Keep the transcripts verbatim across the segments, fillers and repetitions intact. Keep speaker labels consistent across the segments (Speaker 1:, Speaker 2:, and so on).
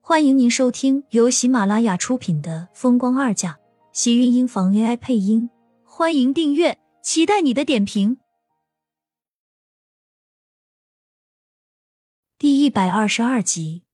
Speaker 1: 欢迎您收听由喜马拉雅出品的《风光二嫁》，喜运音房 A I 配音。欢迎订阅，期待你的点评。第一百二十二集。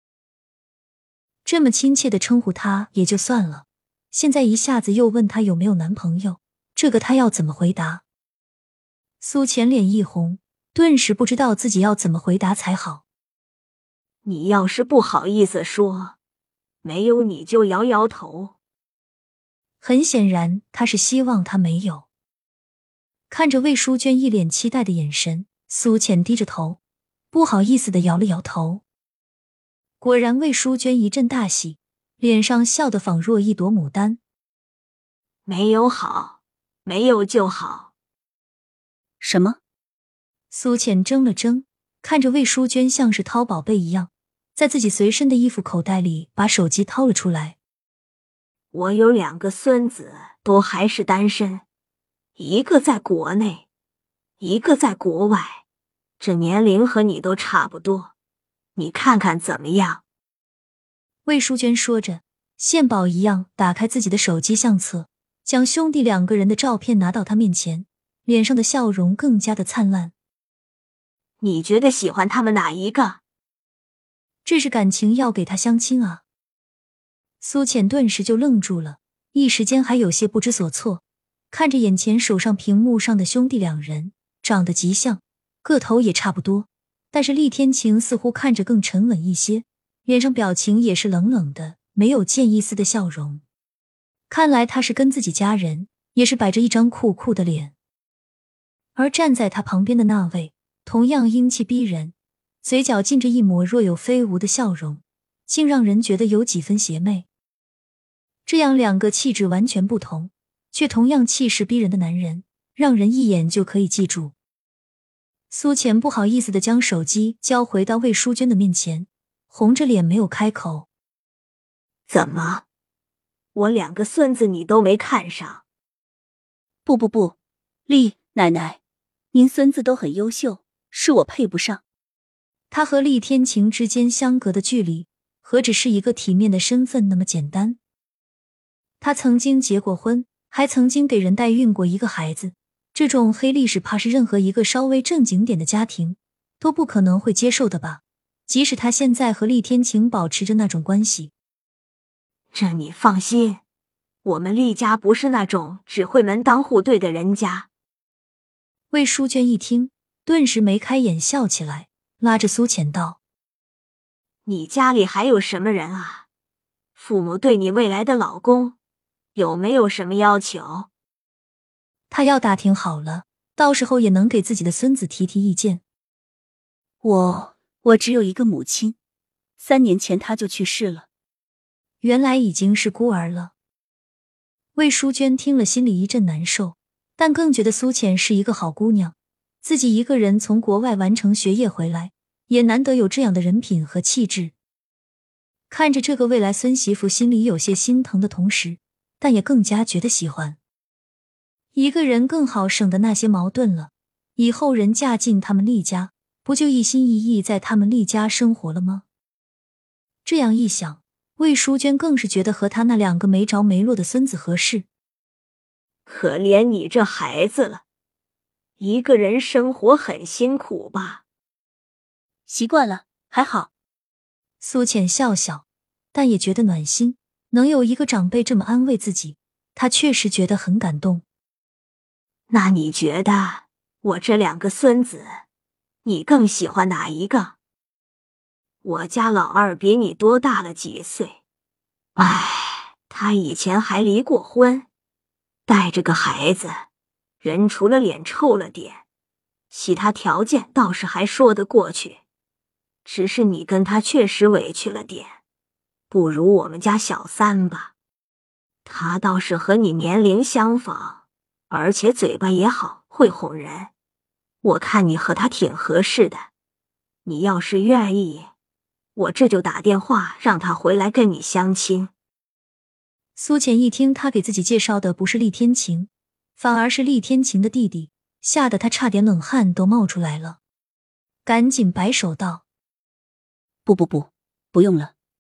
Speaker 1: 这么亲切地称呼她也就算了，现在一下子又问她有没有男朋友，这个她要怎么回答？苏浅脸一红，顿时不知道自己要怎么回答才好。
Speaker 2: 你要是不好意思说，没有你就摇摇头。
Speaker 1: 很显然，他是希望他没有。看着魏淑娟一脸期待的眼神，苏浅低着头，不好意思地摇了摇头。果然，魏淑娟一阵大喜，脸上笑得仿若一朵牡丹。
Speaker 2: 没有好，没有就好。
Speaker 3: 什么？
Speaker 1: 苏浅怔了怔，看着魏淑娟像是掏宝贝一样，在自己随身的衣服口袋里把手机掏了出来。
Speaker 2: 我有两个孙子，都还是单身，一个在国内，一个在国外，这年龄和你都差不多，你看看怎么样？
Speaker 1: 魏淑娟说着，献宝一样打开自己的手机相册，将兄弟两个人的照片拿到他面前，脸上的笑容更加的灿烂。
Speaker 2: 你觉得喜欢他们哪一个？
Speaker 1: 这是感情要给他相亲啊！苏浅顿时就愣住了，一时间还有些不知所措，看着眼前手上屏幕上的兄弟两人，长得极像，个头也差不多，但是厉天晴似乎看着更沉稳一些，脸上表情也是冷冷的，没有见一丝的笑容。看来他是跟自己家人，也是摆着一张酷酷的脸。而站在他旁边的那位，同样英气逼人，嘴角浸着一抹若有非无的笑容，竟让人觉得有几分邪魅。这样两个气质完全不同，却同样气势逼人的男人，让人一眼就可以记住。苏浅不好意思地将手机交回到魏淑娟的面前，红着脸没有开口。
Speaker 2: 怎么？我两个孙子你都没看上？
Speaker 3: 不不不，厉奶奶，您孙子都很优秀，是我配不上。
Speaker 1: 他和厉天晴之间相隔的距离，何止是一个体面的身份那么简单？他曾经结过婚，还曾经给人代孕过一个孩子，这种黑历史怕是任何一个稍微正经点的家庭都不可能会接受的吧，即使他现在和厉天晴保持着那种关系。
Speaker 2: 这你放心，我们厉家不是那种只会门当户对的人家。
Speaker 1: 魏淑娟一听，顿时眉开眼笑起来，拉着苏浅道：
Speaker 2: 你家里还有什么人啊？父母对你未来的老公有没有什么要求？
Speaker 1: 他要打听好了，到时候也能给自己的孙子提提意见。
Speaker 3: 我我只有一个母亲，三年前她就去世了。
Speaker 1: 原来已经是孤儿了。魏淑娟听了心里一阵难受，但更觉得苏浅是一个好姑娘，自己一个人从国外完成学业回来，也难得有这样的人品和气质。看着这个未来孙媳妇，心里有些心疼的同时，但也更加觉得喜欢。一个人更好省的那些矛盾了，以后人嫁进他们厉家，不就一心一意在他们厉家生活了吗？这样一想，魏淑娟更是觉得和他那两个没着没落的孙子合适。
Speaker 2: 可怜你这孩子了，一个人生活很辛苦吧？
Speaker 3: 习惯了，还好。
Speaker 1: 苏浅笑笑，但也觉得暖心，能有一个长辈这么安慰自己，她确实觉得很感动。
Speaker 2: 那你觉得我这两个孙子，你更喜欢哪一个？我家老二比你多大了几岁？唉，他以前还离过婚，带着个孩子，人除了脸臭了点，其他条件倒是还说得过去。只是你跟他确实委屈了点，不如我们家小三吧。他倒是和你年龄相仿，而且嘴巴也好，会哄人。我看你和他挺合适的，你要是愿意，我这就打电话让他回来跟你相亲。
Speaker 1: 苏浅一听他给自己介绍的不是厉天晴，反而是厉天晴的弟弟，吓得他差点冷汗都冒出来了，赶紧摆手道：
Speaker 3: 不不不，不用了，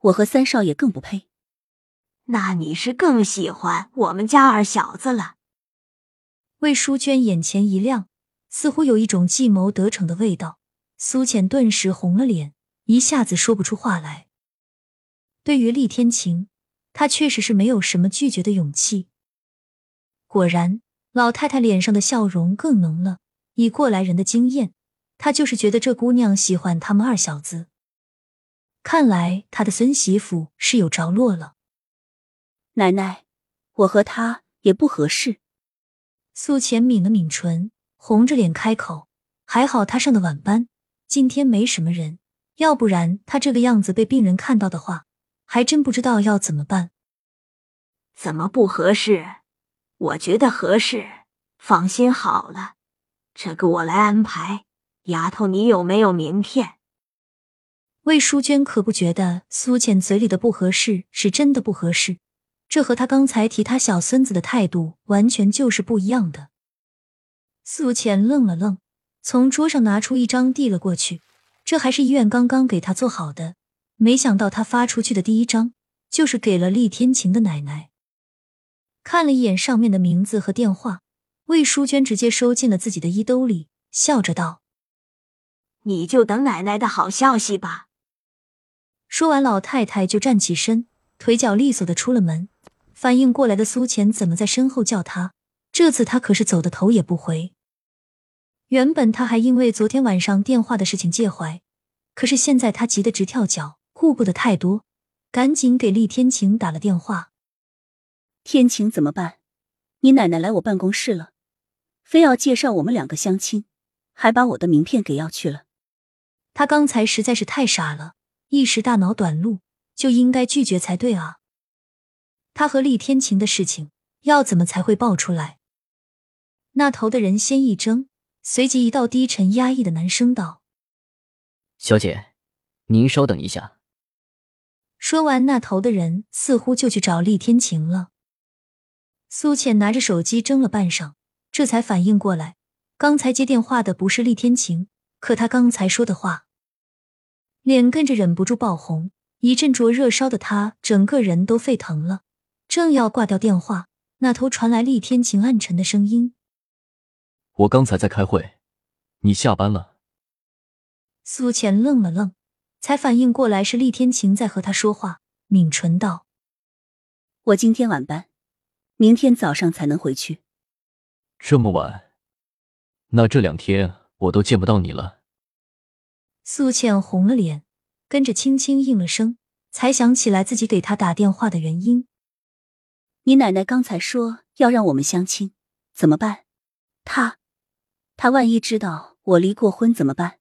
Speaker 3: 我和三少爷更不配。
Speaker 2: 那你是更喜欢我们家二小子了。
Speaker 1: 魏淑娟眼前一亮，似乎有一种计谋得逞的味道。苏浅顿时红了脸，一下子说不出话来。对于厉天晴，他确实是没有什么拒绝的勇气。果然，老太太脸上的笑容更浓了。以过来人的经验，她就是觉得这姑娘喜欢他们二小子。看来她的孙媳妇是有着落了。
Speaker 3: 奶奶，我和他也不合适。
Speaker 1: 苏浅抿了抿唇，红着脸开口。还好她上的晚班，今天没什么人，要不然她这个样子被病人看到的话，还真不知道要怎么办。
Speaker 2: 怎么不合适？我觉得合适，放心好了，这个我来安排。丫头，你有没有名片？
Speaker 1: 魏淑娟可不觉得苏浅嘴里的不合适是真的不合适，这和她刚才提她小孙子的态度完全就是不一样的。苏浅愣了愣，从桌上拿出一张递了过去，这还是医院刚刚给她做好的，没想到她发出去的第一张就是给了厉天晴的奶奶。看了一眼上面的名字和电话，魏淑娟直接收进了自己的衣兜里，笑着道：
Speaker 2: 你就等奶奶的好消息吧。
Speaker 1: 说完，老太太就站起身，腿脚利索的出了门。反应过来的苏浅怎么在身后叫她，这次她可是走的头也不回。原本她还因为昨天晚上电话的事情介怀，可是现在她急得直跳脚，顾不得太多，赶紧给厉天晴打了电话。
Speaker 3: 天晴怎么办？你奶奶来我办公室了，非要介绍我们两个相亲，还把我的名片给要去了。
Speaker 1: 她刚才实在是太傻了，一时大脑短路，就应该拒绝才对啊。她和厉天晴的事情要怎么才会爆出来？那头的人先一怔，随即一道低沉压抑的男声道：
Speaker 4: 小姐，您稍等一下。
Speaker 1: 说完，那头的人似乎就去找厉天晴了。苏浅拿着手机怔了半晌，这才反应过来，刚才接电话的不是厉天晴，可他刚才说的话，脸跟着忍不住爆红，一阵灼热烧的他整个人都沸腾了。正要挂掉电话，那头传来厉天晴暗沉的声音：
Speaker 5: 我刚才在开会，你下班了。
Speaker 1: 苏浅愣了愣，才反应过来是厉天晴在和他说话，抿唇道：
Speaker 3: 我今天晚班，明天早上才能回去。
Speaker 5: 这么晚？那这两天我都见不到你了。
Speaker 1: 苏浅红了脸，跟着轻轻应了声，才想起来自己给他打电话的原因。
Speaker 3: 你奶奶刚才说要让我们相亲，怎么办？她，她万一知道我离过婚怎么办？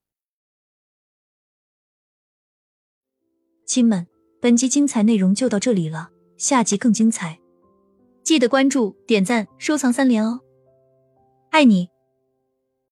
Speaker 1: 亲们，本集精彩内容就到这里了，下集更精彩，记得关注、点赞、收藏三连哦！爱你。